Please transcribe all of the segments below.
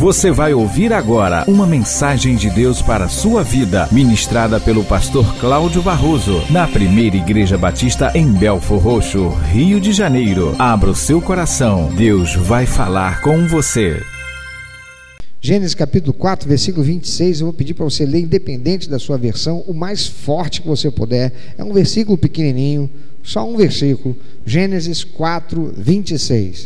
Você vai ouvir agora uma mensagem de Deus para a sua vida, ministrada pelo pastor Cláudio Barroso, na Primeira Igreja Batista em Belfor Roxo, Rio de Janeiro. Abra o seu coração, Deus vai falar com você. Gênesis capítulo 4, versículo 26, eu vou pedir para você ler, independente da sua versão, o mais forte que você puder. É um versículo pequenininho, só um versículo. Gênesis 4, 26.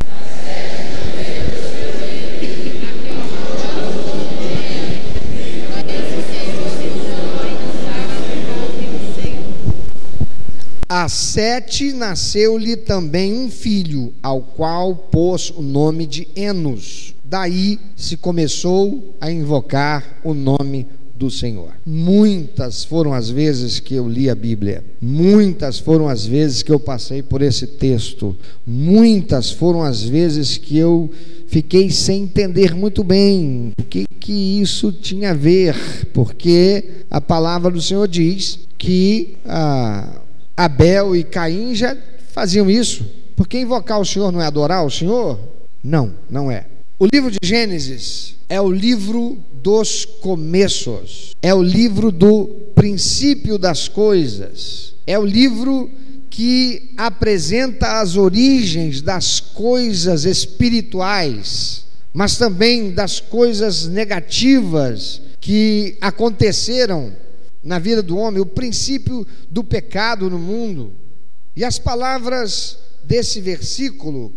A Sete nasceu-lhe também um filho, ao qual pôs o nome de Enos. Daí se começou a invocar o nome do Senhor. Muitas foram as vezes que eu li a Bíblia, muitas foram as vezes que eu passei por esse texto, muitas foram as vezes que eu fiquei sem entender muito bem o que isso tinha a ver, porque a palavra do Senhor diz que Abel e Caim já faziam isso. Porque invocar o Senhor não é adorar o Senhor? Não, não é. O livro de Gênesis é o livro dos começos, é o livro do princípio das coisas, é o livro que apresenta as origens das coisas espirituais, mas também das coisas negativas que aconteceram na vida do homem, o princípio do pecado no mundo. E as palavras desse versículo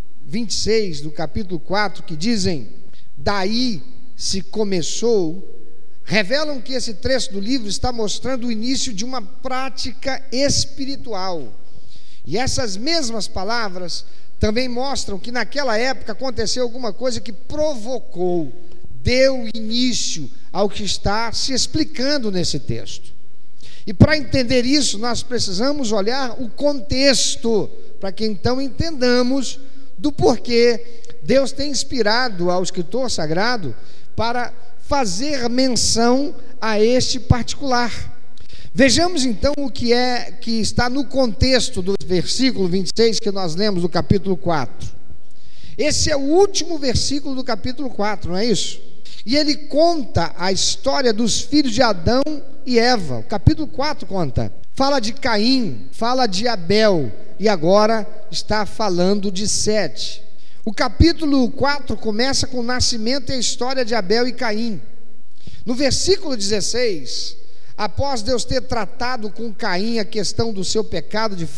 26 do capítulo 4, que dizem: daí se começou, revelam que esse trecho do livro está mostrando o início de uma prática espiritual. E essas mesmas palavras também mostram que naquela época aconteceu alguma coisa que provocou, deu início ao que está se explicando nesse texto. E para entender isso, nós precisamos olhar o contexto, para que então entendamos do porquê Deus tem inspirado ao escritor sagrado para fazer menção a este particular. Vejamos então o que está no contexto do versículo 26 que nós lemos do capítulo 4. Esse é o último versículo do capítulo 4, não é isso? E ele conta a história dos filhos de Adão e Eva. O capítulo 4 conta, fala de Caim, fala de Abel, e agora está falando de Sete. O capítulo 4 começa com o nascimento e a história de Abel e Caim. No versículo 16, após Deus ter tratado com Caim a questão do seu pecado de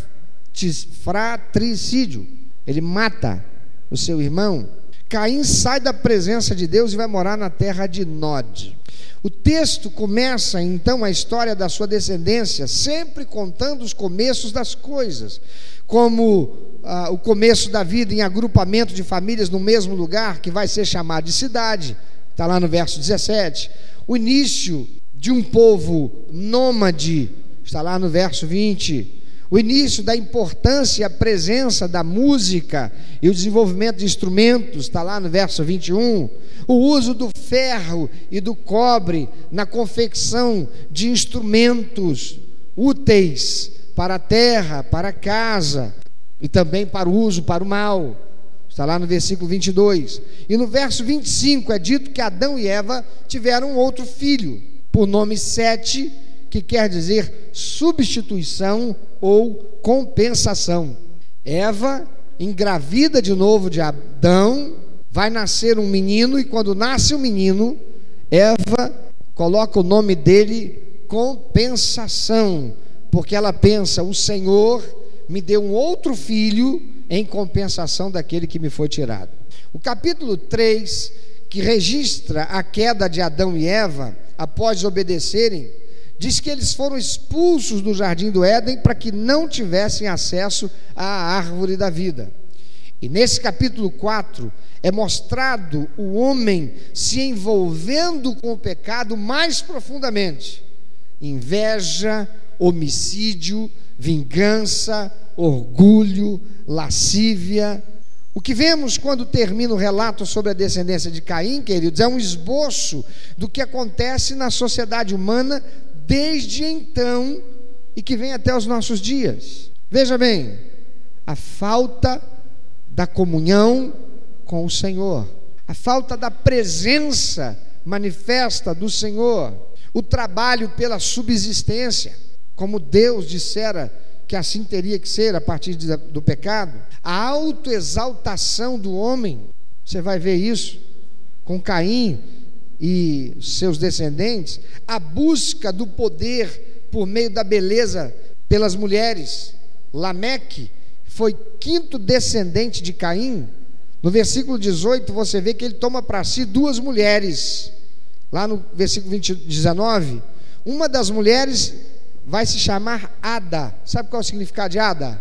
fratricídio, ele mata o seu irmão, Caim sai da presença de Deus e vai morar na terra de Nod. O texto começa então a história da sua descendência, sempre contando os começos das coisas, como o começo da vida em agrupamento de famílias no mesmo lugar, que vai ser chamado de cidade, está lá no verso 17. O início de um povo nômade, está lá no verso 20. O início da importância e a presença da música e o desenvolvimento de instrumentos, está lá no verso 21. O uso do ferro e do cobre na confecção de instrumentos úteis para a terra, para a casa e também para o uso, para o mal, está lá no versículo 22. E no verso 25 é dito que Adão e Eva tiveram um outro filho, por nome Sete, que quer dizer substituição ou compensação. Eva engravida de novo de Adão, vai nascer um menino, e quando nasce o menino, Eva coloca o nome dele compensação, porque ela pensa: o Senhor me deu um outro filho em compensação daquele que me foi tirado. O capítulo 3, que registra a queda de Adão e Eva após obedecerem, diz que eles foram expulsos do jardim do Éden para que não tivessem acesso à árvore da vida. E nesse capítulo 4 é mostrado o homem se envolvendo com o pecado mais profundamente: inveja, homicídio, vingança, orgulho, lascívia. O que vemos quando termina o relato sobre a descendência de Caim, queridos, é um esboço do que acontece na sociedade humana desde então e que vem até os nossos dias. Veja bem, a falta da comunhão com o Senhor, a falta da presença manifesta do Senhor, o trabalho pela subsistência, como Deus dissera que assim teria que ser a partir do pecado, a autoexaltação do homem. Você vai ver isso com Caim e seus descendentes, a busca do poder por meio da beleza pelas mulheres. Lameque foi quinto descendente de Caim. No versículo 18 você vê que ele toma para si duas mulheres. Lá no versículo 19, uma das mulheres vai se chamar Ada. Sabe qual é o significado de Ada?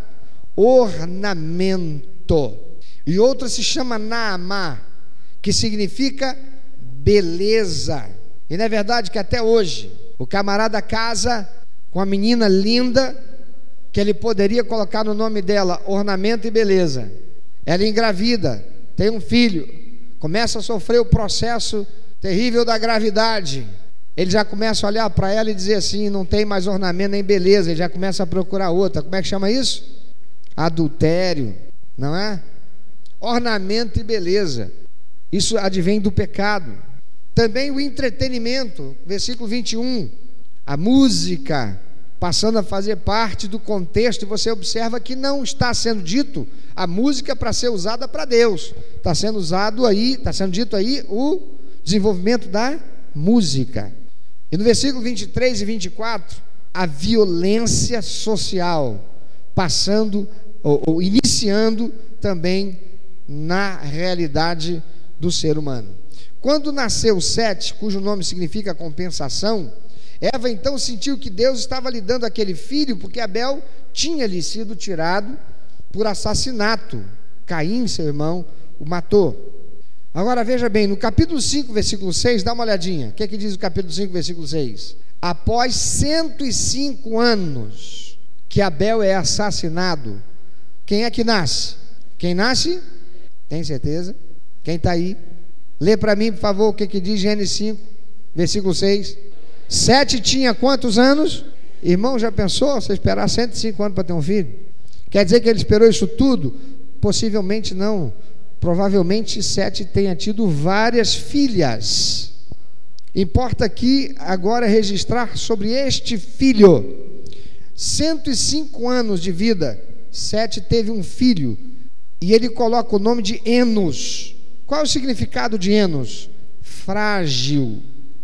Ornamento. E outra se chama Naamá, que significa beleza. E não é verdade que até hoje o camarada casa com a menina linda, que ele poderia colocar no nome dela ornamento e beleza. Ela engravida, tem um filho, começa a sofrer o processo terrível da gravidade. Ele já começa a olhar para ela e dizer assim: não tem mais ornamento nem beleza. Ele já começa a procurar outra. Como é que chama isso? Adultério, não é? Ornamento e beleza, isso advém do pecado. Também o entretenimento, versículo 21, a música passando a fazer parte do contexto, e você observa que não está sendo dito a música para ser usada para Deus, está sendo dito aí o desenvolvimento da música. E no versículo 23 e 24, a violência social, passando ou iniciando também na realidade do ser humano. Quando nasceu Sete, cujo nome significa compensação, Eva então sentiu que Deus estava lhe dando aquele filho, porque Abel tinha lhe sido tirado por assassinato. Caim, seu irmão, o matou. Agora veja bem, no capítulo 5, versículo 6, dá uma olhadinha. O que é que diz o capítulo 5, versículo 6? Após 105 anos que Abel é assassinado, quem é que nasce? Quem nasce? Tem certeza? Quem está aí? Lê para mim, por favor, o que diz Gênesis 5, versículo 6. Sete tinha quantos anos? Irmão, já pensou você esperar 105 anos para ter um filho? Quer dizer que ele esperou isso tudo? Possivelmente não. Provavelmente Sete tenha tido várias filhas. Importa aqui agora registrar sobre este filho. 105 anos de vida, Sete teve um filho, e ele coloca o nome de Enos. Qual é o significado de Enos? Frágil,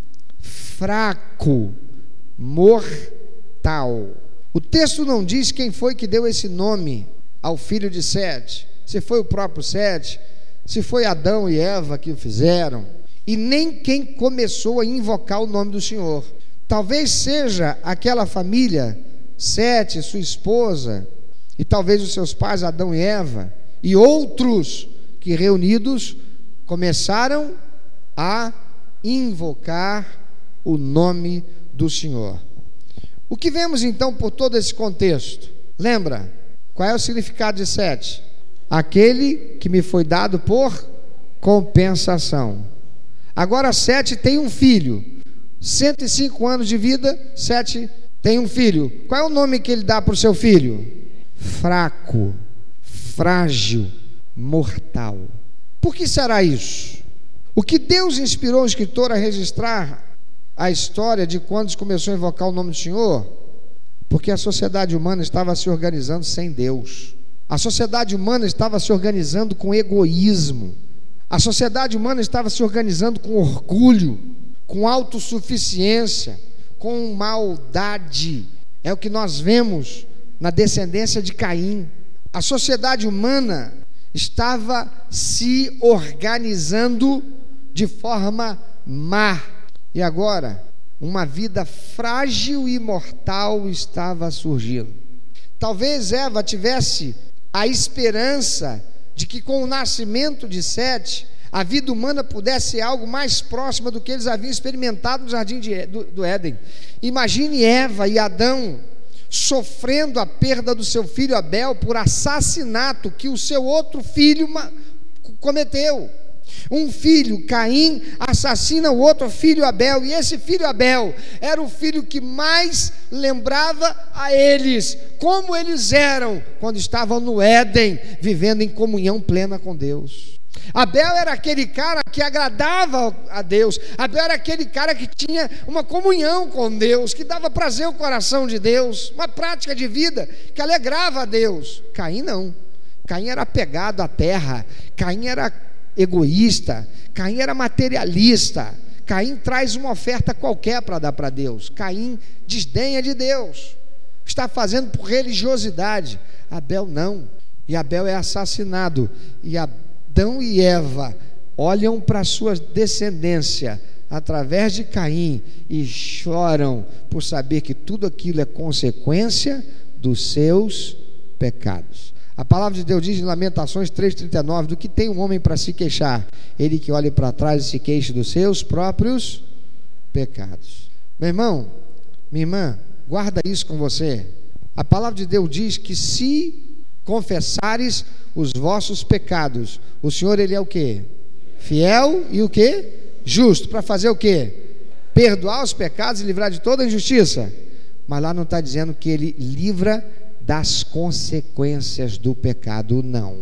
fraco, mortal. O texto não diz quem foi que deu esse nome ao filho de Sete, se foi o próprio Sete, se foi Adão e Eva que o fizeram, e nem quem começou a invocar o nome do Senhor. Talvez seja aquela família, Sete, sua esposa, e talvez os seus pais Adão e Eva, e outros que reunidos começaram a invocar o nome do Senhor. O que vemos então por todo esse contexto? Lembra? Qual é o significado de Sete? Aquele que me foi dado por compensação. Agora Sete tem um filho, 105 anos de vida, Sete tem um filho. Qual é o nome que ele dá para o seu filho? Fraco, frágil, mortal. Por que será isso? O que Deus inspirou o escritor a registrar a história de quando começou a invocar o nome do Senhor? Porque a sociedade humana estava se organizando sem Deus. A sociedade humana estava se organizando com egoísmo. A sociedade humana estava se organizando com orgulho, com autossuficiência, com maldade. É o que nós vemos na descendência de Caim. A sociedade humana estava se organizando de forma má. E agora, uma vida frágil e mortal estava surgindo. Talvez Eva tivesse a esperança de que com o nascimento de Sete, a vida humana pudesse ser algo mais próximo do que eles haviam experimentado no jardim do Éden. Imagine Eva e Adão sofrendo a perda do seu filho Abel por assassinato que o seu outro filho cometeu. Um filho, Caim, assassina o outro filho Abel, e esse filho Abel era o filho que mais lembrava a eles como eles eram quando estavam no Éden, vivendo em comunhão plena com Deus. Abel era aquele cara que agradava a Deus. Abel era aquele cara que tinha uma comunhão com Deus, que dava prazer ao coração de Deus, uma prática de vida que alegrava a Deus. Caim não. Caim era apegado à terra. Caim era egoísta. Caim era materialista. Caim traz uma oferta qualquer para dar para Deus. Caim desdenha de Deus, está fazendo por religiosidade. Abel não. E Abel é assassinado. E Adão e Eva olham para a sua descendência através de Caim e choram por saber que tudo aquilo é consequência dos seus pecados. A palavra de Deus diz em Lamentações 3,39: do que tem um homem para se queixar? Ele que olhe para trás e se queixe dos seus próprios pecados. Meu irmão, minha irmã, guarda isso com você. A palavra de Deus diz que se confessares os vossos pecados, o Senhor, Ele é o quê? Fiel e o quê? Justo, para fazer o quê? Perdoar os pecados e livrar de toda a injustiça. Mas lá não está dizendo que Ele livra das consequências do pecado, não.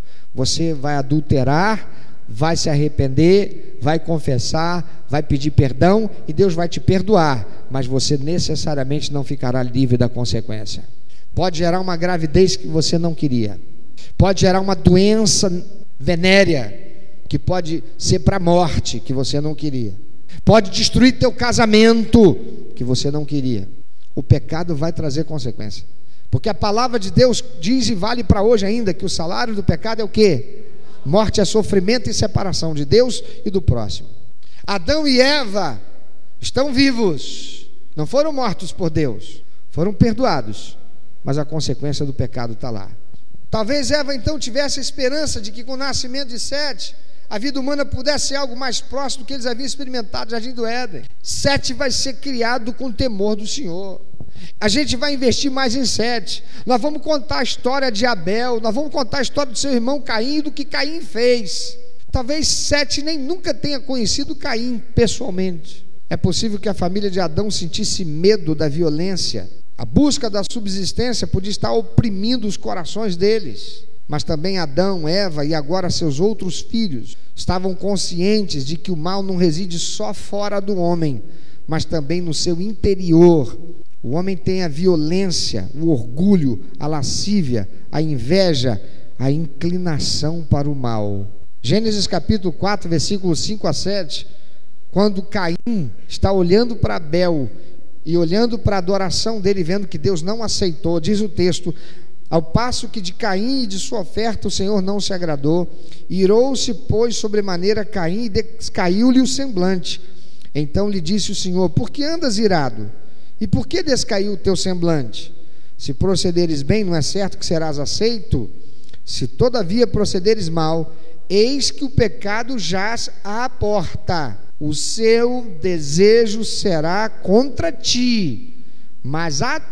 Você vai adulterar, vai se arrepender, vai confessar, vai pedir perdão e Deus vai te perdoar, mas você necessariamente não ficará livre da consequência. Pode gerar uma gravidez que você não queria, pode gerar uma doença venérea que pode ser para a morte, que você não queria, pode destruir teu casamento, que você não queria. O pecado vai trazer consequência, porque a palavra de Deus diz e vale para hoje ainda, que o salário do pecado é o quê? Morte é sofrimento e separação de Deus e do próximo. Adão e Eva estão vivos, não foram mortos por Deus, foram perdoados, mas a consequência do pecado está lá. Talvez Eva então tivesse a esperança de que com o nascimento de Sete, a vida humana pudesse ser algo mais próximo do que eles haviam experimentado no Jardim do Éden. Sete vai ser criado com temor do Senhor. A gente vai investir mais em Sete. Nós vamos contar a história de Abel, nós vamos contar a história do seu irmão Caim e do que Caim fez. Talvez Sete nem nunca tenha conhecido Caim pessoalmente. É possível que a família de Adão sentisse medo da violência. A busca da subsistência podia estar oprimindo os corações deles. Mas também Adão, Eva e agora seus outros filhos estavam conscientes de que o mal não reside só fora do homem, mas também no seu interior. O homem tem a violência, o orgulho, a lascívia, a inveja, a inclinação para o mal. Gênesis capítulo 4, versículos 5 a 7, quando Caim está olhando para Abel e olhando para a adoração dele, vendo que Deus não aceitou, diz o texto: ao passo que de Caim e de sua oferta o Senhor não se agradou, irou-se, pois, sobremaneira Caim e descaiu-lhe o semblante. Então lhe disse o Senhor: por que andas irado? E por que descaiu o teu semblante? Se procederes bem, não é certo que serás aceito? Se todavia procederes mal, eis que o pecado jaz à porta, o seu desejo será contra ti, mas a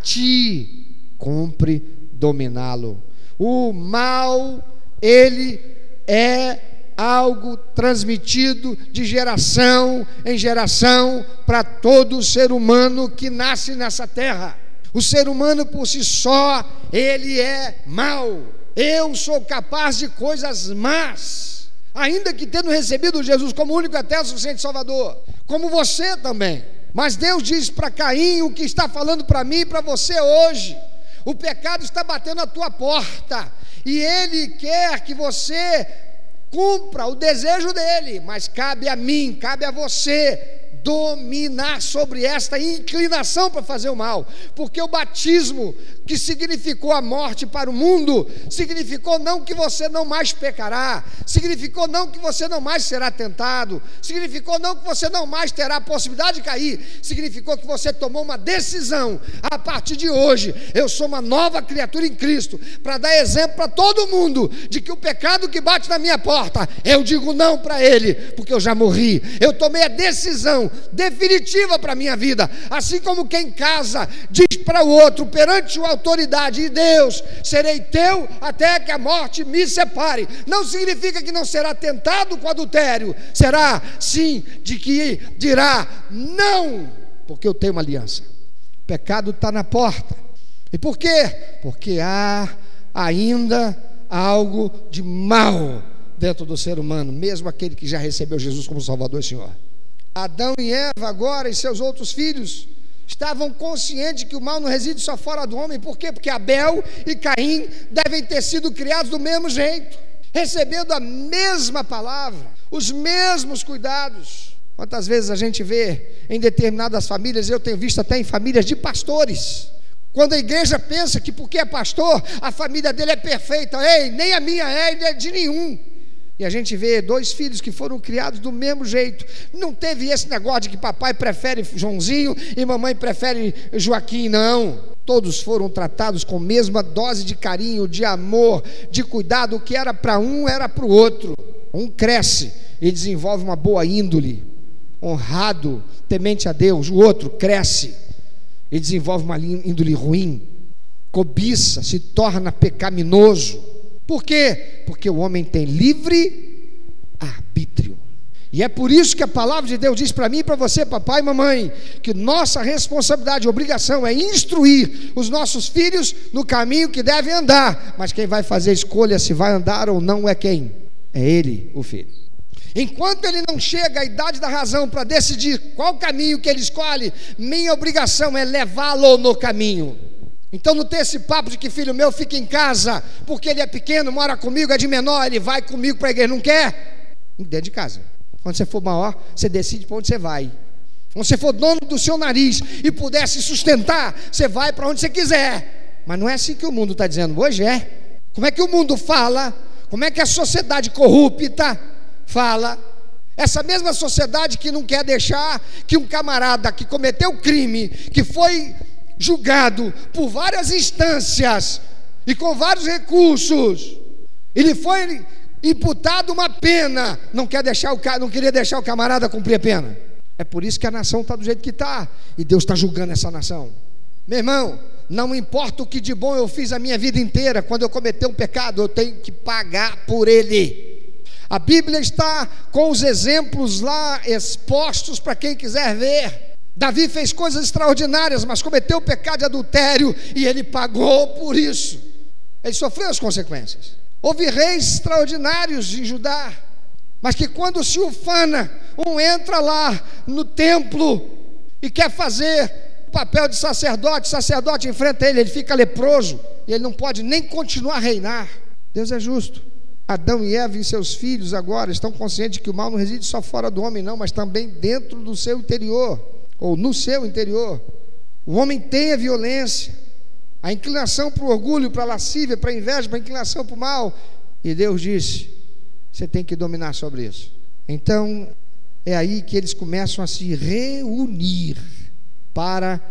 ti cumpre dominá-lo. O mal, ele é algo transmitido de geração em geração para todo ser humano que nasce nessa terra. O ser humano por si só, ele é mau. Eu sou capaz de coisas más, ainda que tendo recebido Jesus como único e eterno suficiente Salvador, como você também. Mas Deus diz para Caim o que está falando para mim e para você hoje: o pecado está batendo a tua porta e ele quer que você cumpra o desejo dele, mas cabe a mim, cabe a você dominar sobre esta inclinação para fazer o mal, porque o batismo, que significou a morte para o mundo, significou não que você não mais pecará, significou não que você não mais será tentado, significou não que você não mais terá a possibilidade de cair, significou que você tomou uma decisão: a partir de hoje eu sou uma nova criatura em Cristo, para dar exemplo para todo mundo de que o pecado que bate na minha porta, eu digo não para ele, porque eu já morri. Eu tomei a decisão definitiva para a minha vida. Assim como quem casa diz para o outro perante a autoridade: e Deus, serei teu até que a morte me separe, não significa que não será tentado com adultério. Será sim, de que dirá não, porque eu tenho uma aliança. O pecado está na porta. E por quê? Porque há ainda algo de mal dentro do ser humano, mesmo aquele que já recebeu Jesus como Salvador e Senhor. Adão e Eva agora e seus outros filhos estavam conscientes que o mal não reside só fora do homem. Por quê? Porque Abel e Caim devem ter sido criados do mesmo jeito, recebendo a mesma palavra, os mesmos cuidados. Quantas vezes a gente vê em determinadas famílias, eu tenho visto até em famílias de pastores, quando a igreja pensa que porque é pastor, a família dele é perfeita. Ei, nem a minha é de nenhum. E a gente vê 2 filhos que foram criados do mesmo jeito. Não teve esse negócio de que papai prefere Joãozinho e mamãe prefere Joaquim, não. Todos foram tratados com a mesma dose de carinho, de amor, de cuidado. O que era para um, era para o outro. Um cresce e desenvolve uma boa índole, honrado, temente a Deus. O outro cresce e desenvolve uma índole ruim, cobiça, se torna pecaminoso. Por quê? Porque o homem tem livre arbítrio. E é por isso que a palavra de Deus diz para mim e para você, papai e mamãe, que nossa responsabilidade e obrigação é instruir os nossos filhos no caminho que devem andar. Mas quem vai fazer a escolha se vai andar ou não é quem? É ele, o filho. Enquanto ele não chega à idade da razão para decidir qual caminho que ele escolhe, minha obrigação é levá-lo no caminho. Então não tem esse papo de que filho meu fica em casa porque ele é pequeno, mora comigo, é de menor, ele vai comigo para a igreja. Não quer? Dentro de casa. Quando você for maior, você decide para onde você vai. Quando você for dono do seu nariz e puder se sustentar, você vai para onde você quiser. Mas não é assim que o mundo está dizendo hoje, é? Como é que o mundo fala? Como é que a sociedade corrupta fala? Essa mesma sociedade que não quer deixar que um camarada que cometeu crime, que foi julgado por várias instâncias e com vários recursos, ele foi imputado uma pena, não queria deixar o camarada cumprir a pena. É por isso que a nação está do jeito que está, e Deus está julgando essa nação. Meu irmão, não importa o que de bom eu fiz a minha vida inteira, quando eu cometer um pecado, eu tenho que pagar por ele. A Bíblia está com os exemplos lá expostos para quem quiser ver. Davi fez coisas extraordinárias, mas cometeu o pecado de adultério e ele pagou por isso. Ele sofreu as consequências. Houve reis extraordinários em Judá, mas que quando se ufana, um entra lá no templo e quer fazer o papel de sacerdote, o sacerdote enfrenta ele fica leproso, e ele não pode nem continuar a reinar. Deus é justo. Adão e Eva e seus filhos agora estão conscientes que o mal não reside só fora do homem não, mas também dentro do seu interior, ou no seu interior. O homem tem a violência, a inclinação para o orgulho, para a lascívia, para a inveja, para a inclinação para o mal, e Deus disse, você tem que dominar sobre isso. Então é aí que eles começam a se reunir para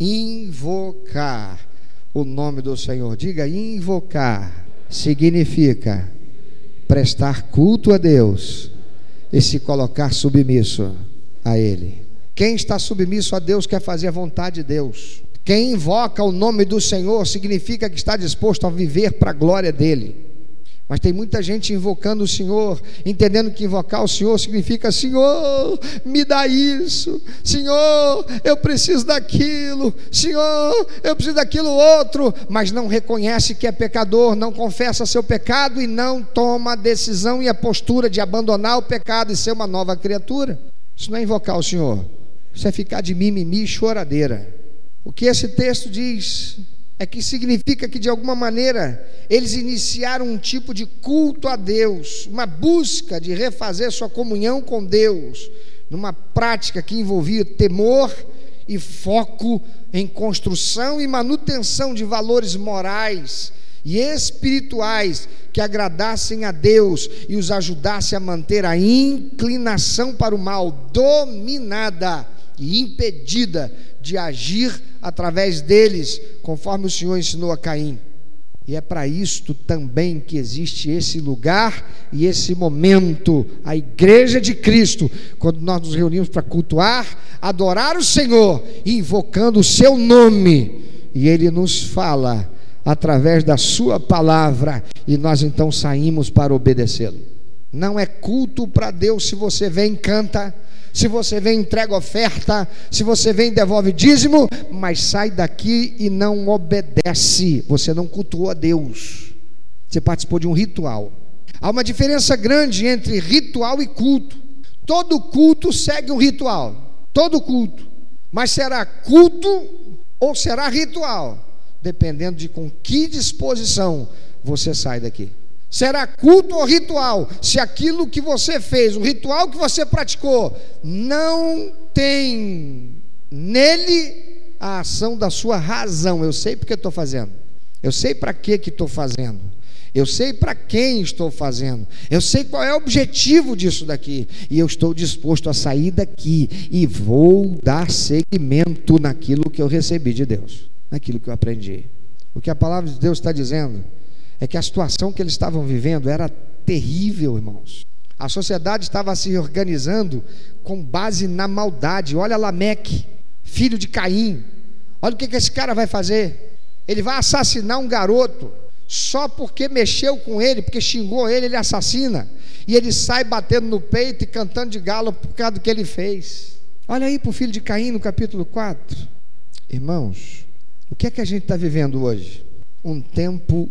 invocar o nome do Senhor. Diga, invocar significa prestar culto a Deus e se colocar submisso a Ele. Quem está submisso a Deus quer fazer a vontade de Deus. Quem invoca o nome do Senhor significa que está disposto a viver para a glória dEle. Mas tem muita gente invocando o Senhor, entendendo que invocar o Senhor significa: Senhor, me dá isso, Senhor, eu preciso daquilo, Senhor, eu preciso daquilo outro, mas não reconhece que é pecador, não confessa seu pecado e não toma a decisão e a postura de abandonar o pecado e ser uma nova criatura. Isso não é invocar o Senhor, isso é ficar de mimimi e choradeira. O que esse texto diz é que significa que de alguma maneira eles iniciaram um tipo de culto a Deus, uma busca de refazer sua comunhão com Deus, numa prática que envolvia temor e foco em construção e manutenção de valores morais e espirituais que agradassem a Deus e os ajudassem a manter a inclinação para o mal dominada e impedida de agir através deles, conforme o Senhor ensinou a Caim. E é para isto também que existe esse lugar e esse momento, a igreja de Cristo, quando nós nos reunimos para cultuar, adorar o Senhor, invocando o seu nome, e Ele nos fala através da sua palavra, e nós então saímos para obedecê-lo. Não é culto para Deus se você vem e canta, se você vem e entrega oferta, se você vem e devolve dízimo, mas sai daqui e não obedece. Você não cultuou a Deus, você participou de um ritual. Há uma diferença grande entre ritual e culto. Todo culto segue um ritual, todo culto. Mas será culto ou será ritual? Dependendo de com que disposição você sai daqui. Será culto ou ritual? Se aquilo que você fez, o ritual que você praticou, não tem nele a ação da sua razão. Eu sei porque estou fazendo, eu sei para que estou fazendo, eu sei para quem estou fazendo, eu sei qual é o objetivo disso daqui, e eu estou disposto a sair daqui e vou dar seguimento naquilo que eu recebi de Deus, naquilo que eu aprendi. O que a palavra de Deus está dizendo é que a situação que eles estavam vivendo era terrível, irmãos. A sociedade estava se organizando com base na maldade. Olha Lameque, filho de Caim, olha o que esse cara vai fazer. Ele vai assassinar um garoto, só porque mexeu com ele, porque xingou ele, ele assassina, e ele sai batendo no peito e cantando de galo por causa do que ele fez. Olha aí para o filho de Caim no capítulo 4. Irmãos, o que é que a gente está vivendo hoje? Um tempo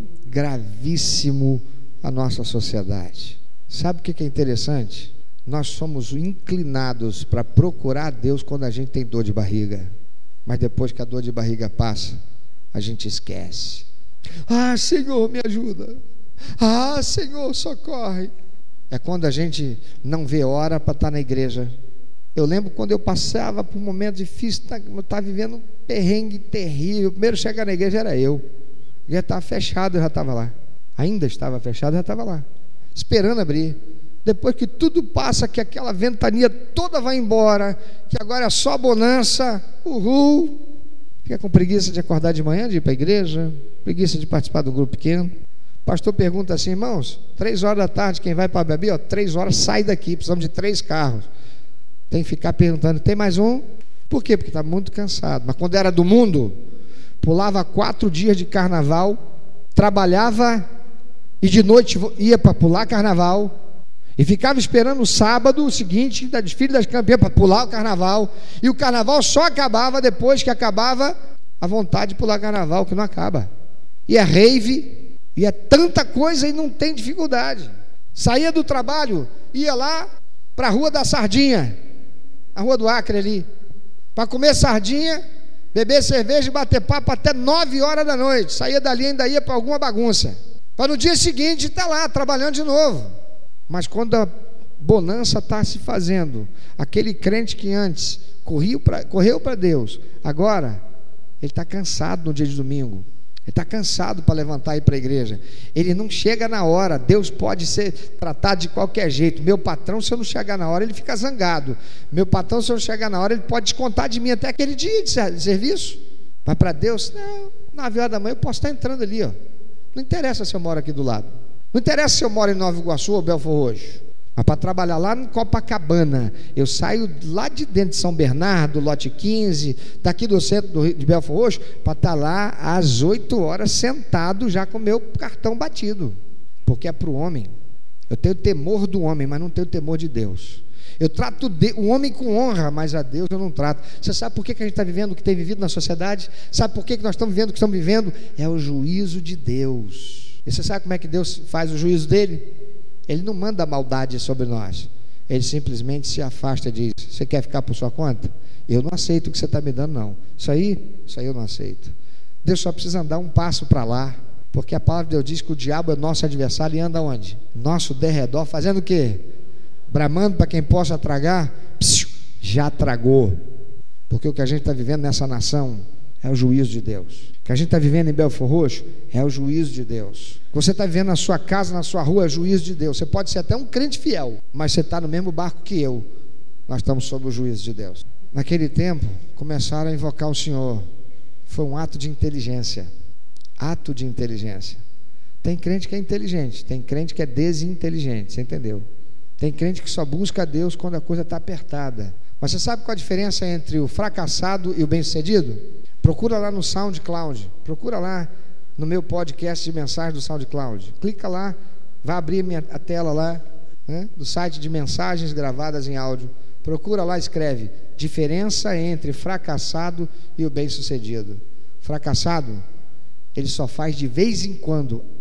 gravíssimo a nossa sociedade. Sabe o que é interessante? Nós somos inclinados para procurar Deus quando a gente tem dor de barriga, mas depois que a dor de barriga passa, a gente esquece. Ah, Senhor, me ajuda. Ah, Senhor, socorre. É quando a gente não vê hora para estar na igreja. Eu lembro quando eu passava por um momento difícil, eu estava vivendo um perrengue terrível. O primeiro a chegar na igreja era eu. Já estava fechado, eu já estava lá. Ainda estava fechado, eu já estava lá, esperando abrir. Depois que tudo passa, que aquela ventania toda vai embora, que agora é só bonança, uhul, fica com preguiça de acordar de manhã, de ir para a igreja, preguiça de participar do grupo pequeno. O pastor pergunta assim: irmãos, 3 horas da tarde, quem vai para beber, 3 horas sai daqui, precisamos de 3 carros. Tem que ficar perguntando: tem mais um? Por quê? Porque está muito cansado. Mas quando era do mundo, pulava 4 dias de carnaval, trabalhava e de noite ia para pular carnaval, e ficava esperando o sábado seguinte da desfile das campeãs para pular o carnaval, e o carnaval só acabava depois que acabava a vontade de pular carnaval, que não acaba. E é rave, e é tanta coisa, e não tem dificuldade. Saía do trabalho, ia lá para a Rua da Sardinha, a Rua do Acre ali, para comer sardinha, beber cerveja e bater papo até 9 horas da noite. Saía dali e ainda ia para alguma bagunça, para no dia seguinte estar lá trabalhando de novo. Mas quando a bonança está se fazendo, aquele crente que antes correu para Deus, agora ele está cansado no dia de domingo, ele está cansado para levantar e ir para a igreja, ele não chega na hora. Deus pode ser tratado de qualquer jeito. Meu patrão, se eu não chegar na hora, ele fica zangado. Meu patrão, se eu não chegar na hora, ele pode descontar de mim até aquele dia de serviço. Mas para Deus, não, 9 horas da manhã eu posso estar entrando ali, ó. Não interessa se eu moro aqui do lado, não interessa se eu moro em Nova Iguaçu ou Belfor Roxo, mas para trabalhar lá em Copacabana, eu saio lá de dentro de São Bernardo, lote 15, daqui do centro de Belfor Roxo, para estar lá às 8 horas sentado já com o meu cartão batido, porque é para o homem. Eu tenho temor do homem, mas não tenho temor de Deus. Eu trato o homem com honra, mas a Deus eu não trato. Você sabe por que a gente está vivendo o que tem vivido na sociedade? Sabe por que nós estamos vivendo o que estamos vivendo? É o juízo de Deus. E você sabe como é que Deus faz o juízo dele? Ele não manda maldade sobre nós, ele simplesmente se afasta e diz: você quer ficar por sua conta? Eu não aceito o que você está me dando, não. Isso aí eu não aceito. Deus só precisa andar um passo para lá, porque a palavra de Deus diz que o diabo é nosso adversário e anda onde? Nosso derredor, fazendo o quê? Bramando para quem possa tragar. Já tragou. Porque o que a gente está vivendo nessa nação é o juízo de Deus. O que a gente está vivendo em Belfor Roxo é o juízo de Deus. O que você está vivendo na sua casa, na sua rua, é o juízo de Deus. Você pode ser até um crente fiel, mas você está no mesmo barco que eu. Nós estamos sob o juízo de Deus. Naquele tempo, começaram a invocar o Senhor. Foi um ato de inteligência. Ato de inteligência. Tem crente que é inteligente, tem crente que é desinteligente, você entendeu? Tem crente que só busca a Deus quando a coisa está apertada. Mas você sabe qual a diferença entre o fracassado e o bem-sucedido? Procura lá no SoundCloud, procura lá no meu podcast de mensagem do SoundCloud, clica lá, vai abrir a tela lá, né, do site de mensagens gravadas em áudio. Procura lá, escreve: diferença entre fracassado e o bem-sucedido. Fracassado, ele só faz de vez em quando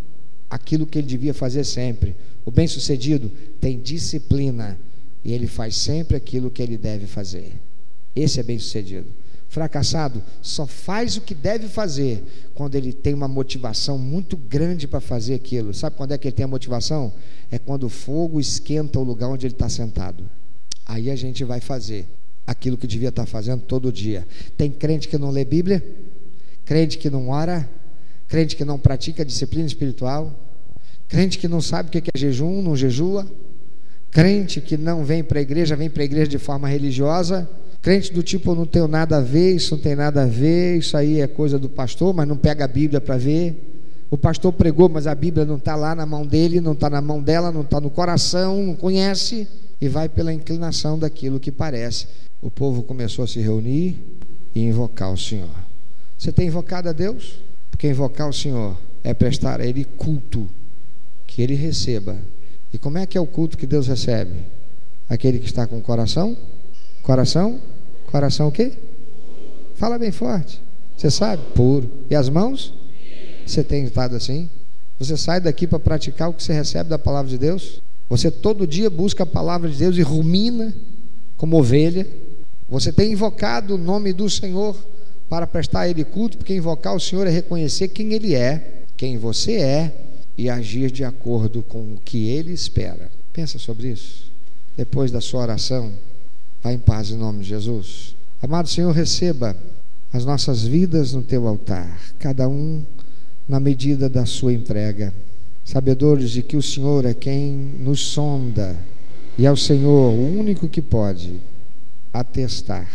aquilo que ele devia fazer sempre. O bem-sucedido tem disciplina e ele faz sempre aquilo que ele deve fazer. Esse é bem-sucedido. Fracassado só faz o que deve fazer quando ele tem uma motivação muito grande para fazer aquilo. Sabe quando é que ele tem a motivação? É quando o fogo esquenta o lugar onde ele está sentado. Aí a gente vai fazer aquilo que devia estar fazendo todo dia. Tem crente que não lê Bíblia, crente que não ora, crente que não pratica a disciplina espiritual, crente que não sabe o que é jejum, não jejua, crente que não vem para a igreja, vem para a igreja de forma religiosa, crente do tipo, eu não tenho nada a ver, isso não tem nada a ver, isso aí é coisa do pastor, mas não pega a Bíblia para ver. O pastor pregou, mas a Bíblia não está lá na mão dele, não está na mão dela, não está no coração, não conhece, e vai pela inclinação daquilo que parece. O povo começou a se reunir e invocar o Senhor. Você tem invocado a Deus? Porque invocar o Senhor é prestar a Ele culto, que Ele receba. E como é que é o culto que Deus recebe? Aquele que está com o coração? Coração? Coração o quê? Fala bem forte. Você sabe? Puro. E as mãos? Você tem estado assim? Você sai daqui para praticar o que você recebe da palavra de Deus? Você todo dia busca a palavra de Deus e rumina como ovelha? Você tem invocado o nome do Senhor para prestar a Ele culto? Porque invocar o Senhor é reconhecer quem Ele é, quem você é, e agir de acordo com o que Ele espera. Pensa sobre isso. Depois da sua oração, vá em paz em nome de Jesus. Amado Senhor, receba as nossas vidas no Teu altar, cada um na medida da sua entrega, sabedores de que o Senhor é quem nos sonda, e é o Senhor o único que pode atestar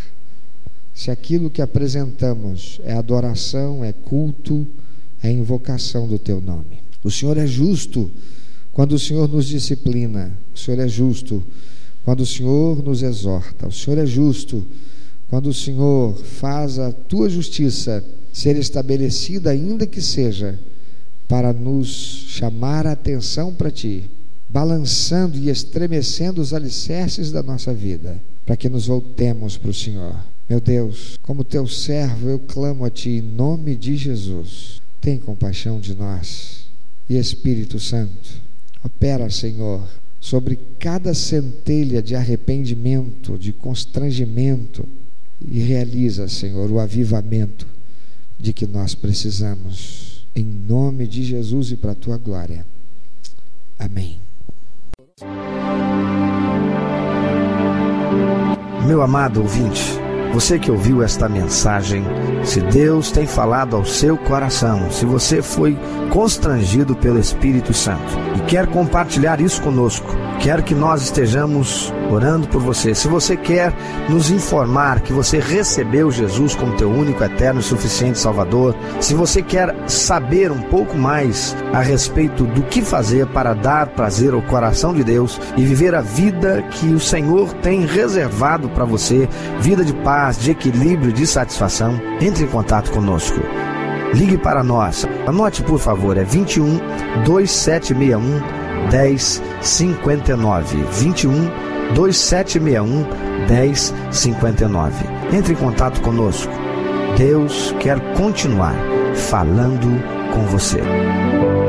se aquilo que apresentamos é adoração, é culto, é invocação do Teu nome. O Senhor é justo quando o Senhor nos disciplina, o Senhor é justo quando o Senhor nos exorta, o Senhor é justo quando o Senhor faz a Tua justiça ser estabelecida, ainda que seja para nos chamar a atenção para Ti, balançando e estremecendo os alicerces da nossa vida, para que nos voltemos para o Senhor. Meu Deus, como Teu servo, eu clamo a Ti em nome de Jesus. Tem compaixão de nós. E Espírito Santo, opera, Senhor, sobre cada centelha de arrependimento, de constrangimento, e realiza, Senhor, o avivamento de que nós precisamos, em nome de Jesus e para a Tua glória. Amém. Meu amado ouvinte, você que ouviu esta mensagem, se Deus tem falado ao seu coração, se você foi constrangido pelo Espírito Santo e quer compartilhar isso conosco, quer que nós estejamos orando por você, se você quer nos informar que você recebeu Jesus como teu único, eterno e suficiente Salvador, se você quer saber um pouco mais a respeito do que fazer para dar prazer ao coração de Deus e viver a vida que o Senhor tem reservado para você, vida de paz, de equilíbrio, de satisfação, entre em contato conosco. Ligue para nós. Anote, por favor, é 21 2761 1059. 21 2761 1059. Entre em contato conosco. Deus quer continuar falando com você.